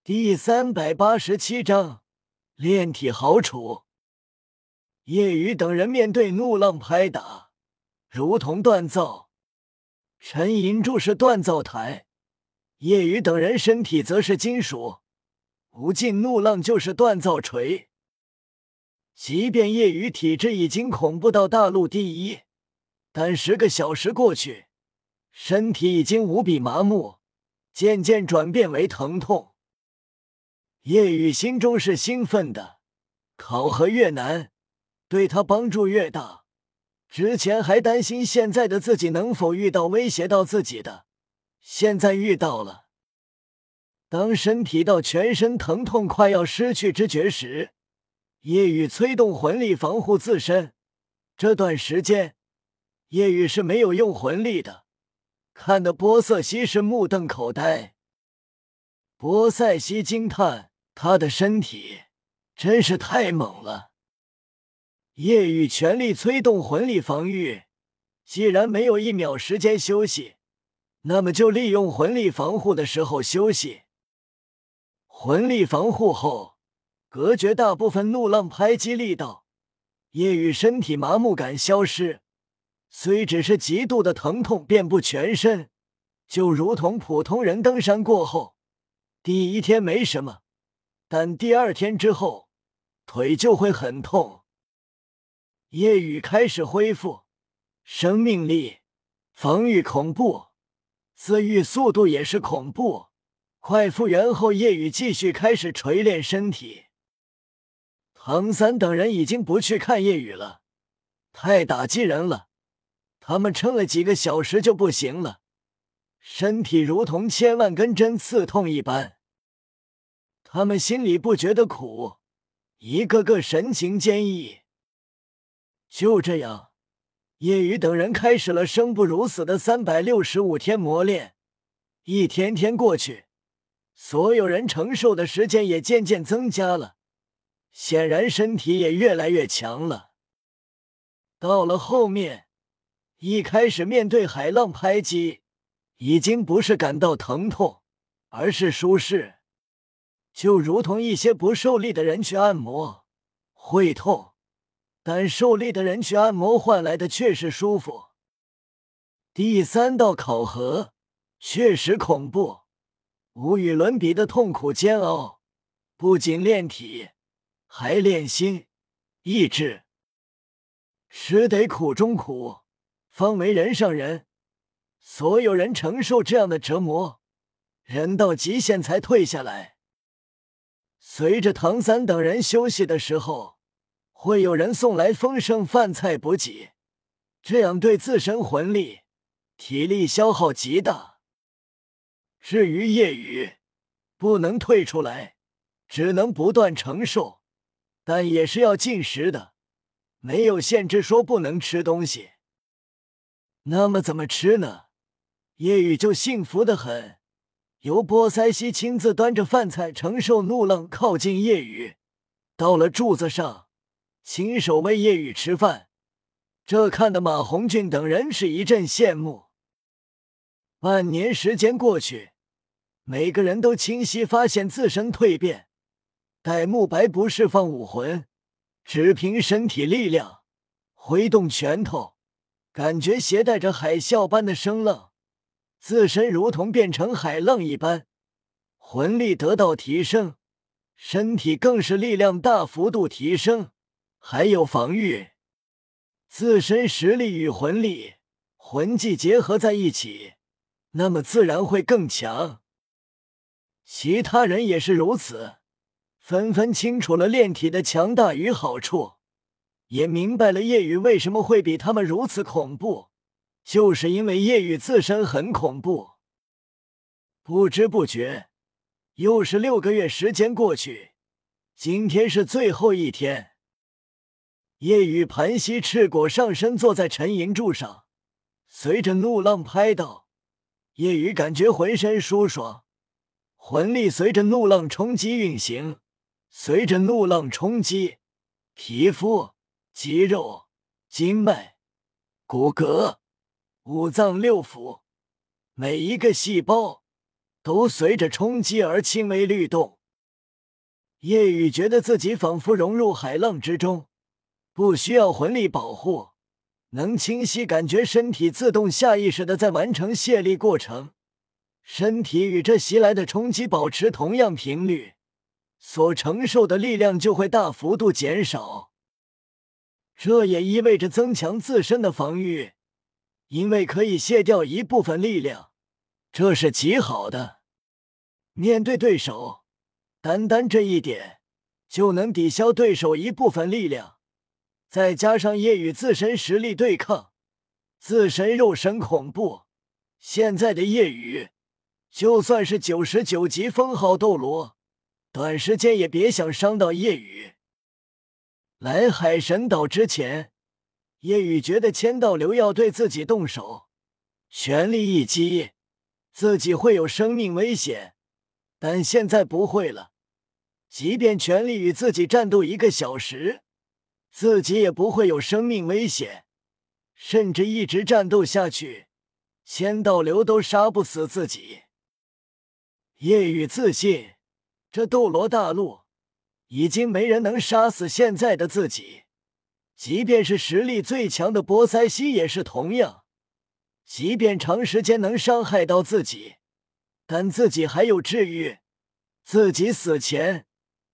第387章炼体好处。叶雨等人面对怒浪拍打，如同锻造。沉银柱是锻造台，叶雨等人身体则是金属。无尽怒浪就是锻造锤。即便叶雨体质已经恐怖到大陆第一，但10个小时过去，身体已经无比麻木，渐渐转变为疼痛。叶雨心中是兴奋的，考核越难，对他帮助越大。之前还担心现在的自己能否遇到威胁到自己的，现在遇到了。当身体到全身疼痛快要失去知觉时，叶雨催动魂力防护自身。这段时间，叶雨是没有用魂力的，看得波塞西是目瞪口呆。波塞西惊叹，他的身体真是太猛了。叶雨全力催动魂力防御，既然没有1秒时间休息，那么就利用魂力防护的时候休息。魂力防护后，隔绝大部分怒浪拍击力道，叶雨身体麻木感消失，虽只是极度的疼痛遍布全身，就如同普通人登山过后，第1天没什么，但第2天之后，腿就会很痛。叶雨开始恢复生命力，防御恐怖，自愈速度也是恐怖。快复原后，叶雨继续开始锤炼身体。唐三等人已经不去看叶雨了，太打击人了，他们撑了几个小时就不行了，身体如同千万根针刺痛一般。他们心里不觉得苦，一个个神情坚毅。就这样，叶雨等人开始了生不如死的365天磨练。一天天过去，所有人承受的时间也渐渐增加了，显然身体也越来越强了。到了后面，一开始面对海浪拍击，已经不是感到疼痛，而是舒适。就如同一些不受力的人去按摩，会痛，但受力的人去按摩换来的却是舒服。第3道考核确实恐怖，无与伦比的痛苦煎熬，不仅练体，还练心、意志。吃得苦中苦，方为人上人。所有人承受这样的折磨，忍到极限才退下来。随着唐三等人休息的时候，会有人送来丰盛饭菜补给，这样对自身魂力、体力消耗极大。至于叶雨，不能退出来，只能不断承受，但也是要进食的，没有限制说不能吃东西。那么怎么吃呢？叶雨就幸福得很，由波塞西亲自端着饭菜承受怒浪靠近叶雨，到了柱子上，亲手喂叶雨吃饭，这看得马红俊等人是一阵羡慕。半年时间过去，每个人都清晰发现自身蜕变。戴沐白不释放武魂，只凭身体力量挥动拳头，感觉携带着海啸般的声浪，自身如同变成海浪一般，魂力得到提升，身体更是力量大幅度提升，还有防御。自身实力与魂力、魂技结合在一起，那么自然会更强。其他人也是如此，纷纷清楚了炼体的强大与好处，也明白了叶雨为什么会比他们如此恐怖，就是因为叶雨自身很恐怖。不知不觉，又是6个月时间过去，今天是最后一天。叶雨盘膝赤果上身坐在沉银柱上，随着怒浪拍到，叶雨感觉浑身舒爽，魂力随着怒浪冲击运行，随着怒浪冲击，皮肤、肌肉、经脉、骨骼、五脏六腑，每一个细胞都随着冲击而轻微律动。叶雨觉得自己仿佛融入海浪之中，不需要魂力保护，能清晰感觉身体自动下意识地在完成卸力过程，身体与这袭来的冲击保持同样频率，所承受的力量就会大幅度减少。这也意味着增强自身的防御，因为可以卸掉一部分力量，这是极好的。面对对手，单单这一点就能抵消对手一部分力量，再加上叶雨自身实力对抗，自身肉身恐怖，现在的叶雨就算是99级封号斗罗，短时间也别想伤到叶雨。来海神岛之前，叶雨觉得千道流要对自己动手，全力一击，自己会有生命危险，但现在不会了。即便全力与自己战斗1个小时，自己也不会有生命危险，甚至一直战斗下去，千道流都杀不死自己。叶雨自信，这斗罗大陆已经没人能杀死现在的自己，即便是实力最强的波塞西也是同样。即便长时间能伤害到自己，但自己还有治愈，自己死前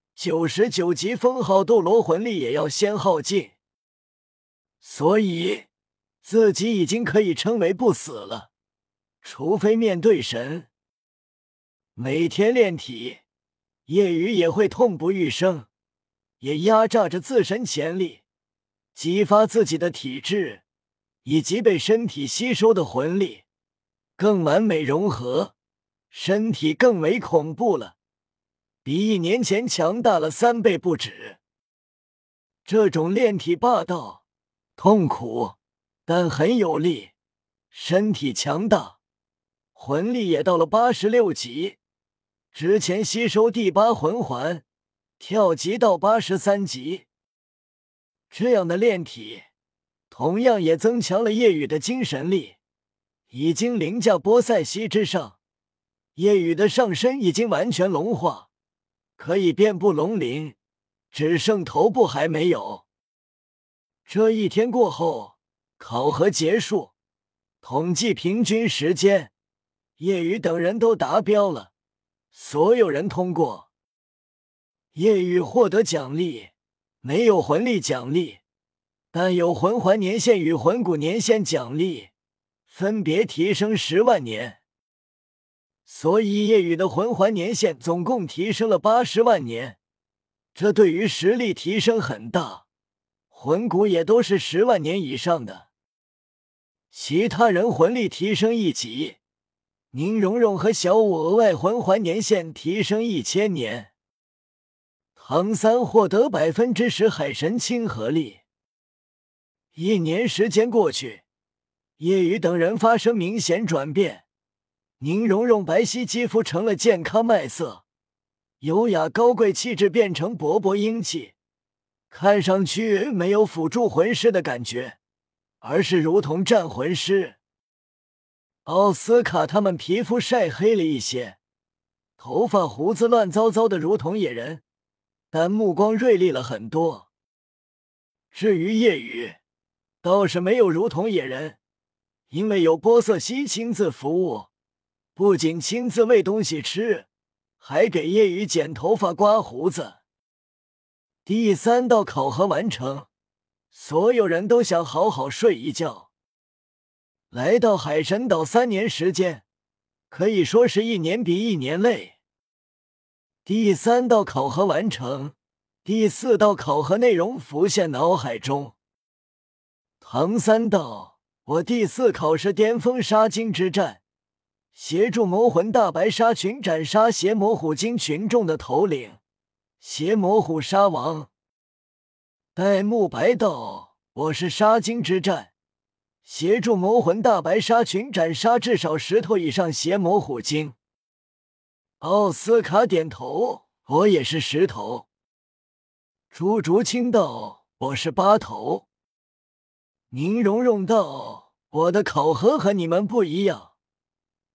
99级封号斗罗魂力也要先耗尽，所以自己已经可以称为不死了，除非面对神。每天练体，叶雨也会痛不欲生，也压榨着自身潜力，激发自己的体质以及被身体吸收的魂力，更完美融合，身体更为恐怖了，比1年前强大了3倍不止。这种炼体霸道，痛苦，但很有力，身体强大，魂力也到了86级，之前吸收第8魂环，跳级到83级。这样的炼体同样也增强了叶雨的精神力，已经凌驾波塞西之上。叶雨的上身已经完全龙化，可以遍布龙鳞，只剩头部还没有。这一天过后，考核结束，统计平均时间，叶雨等人都达标了，所有人通过。叶雨获得奖励，没有魂力奖励，但有魂环年限与魂骨年限奖励，分别提升10万年。所以叶雨的魂环年限总共提升了80万年，这对于实力提升很大，魂骨也都是10万年以上的。其他人魂力提升1级，宁荣荣和小舞额外魂环年限提升1000年。唐三获得10%海神亲和力。1年时间过去，叶雨等人发生明显转变，宁荣荣白皙肌肤成了健康麦色，优雅高贵气质变成勃勃英气，看上去没有辅助魂师的感觉，而是如同战魂师。奥斯卡他们皮肤晒黑了一些，头发胡子乱糟糟的如同野人，但目光锐利了很多。至于叶雨，倒是没有如同野人，因为有波瑟西亲自服务，不仅亲自喂东西吃，还给叶雨剪头发刮胡子。第3道考核完成，所有人都想好好睡一觉。来到海神岛3年时间，可以说是1年比1年累。第3道考核完成，第4道考核内容浮现脑海中。唐三道，我第4考试巅峰杀精之战，协助魔魂大白鲨群斩杀邪魔虎鲸群众的头领邪魔虎鲨王。戴沐白道，我是杀精之战，协助魔魂大白鲨群斩杀至少10头以上邪魔虎鲸。奥斯卡点头，我也是10头。朱竹清道，我是8头。宁荣荣道，我的考核和你们不一样，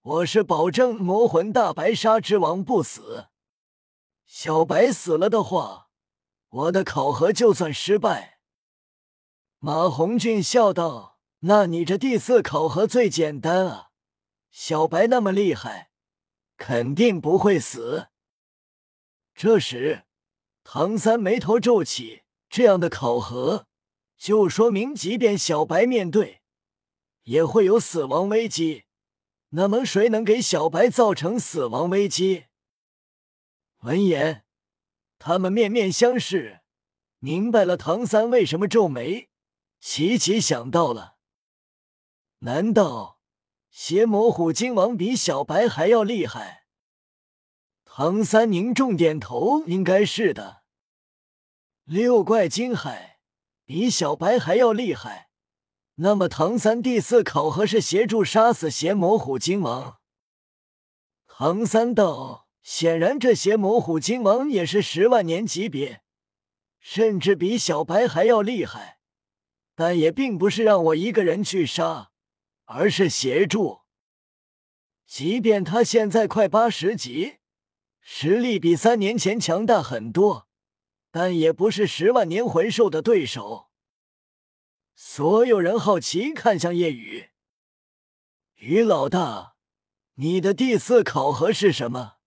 我是保证魔魂大白鲨之王不死。小白死了的话，我的考核就算失败。马红俊笑道：“那你这第4考核最简单啊，小白那么厉害，肯定不会死。”这时，唐三眉头皱起，这样的考核，就说明即便小白面对，也会有死亡危机。那么谁能给小白造成死亡危机？闻言，他们面面相视，明白了唐三为什么皱眉。齐齐想到了，难道邪魔虎鲸王比小白还要厉害？唐三凝重点头，应该是的。6怪惊骇比小白还要厉害，那么唐三第4考核是协助杀死邪魔虎鲸王。唐三道：“显然这邪魔虎鲸王也是10万年级别，甚至比小白还要厉害。但也并不是让我一个人去杀，而是协助。即便他现在快80级，实力比3年前强大很多，但也不是10万年魂兽的对手。”所有人好奇看向叶雨。于老大，你的第4考核是什么？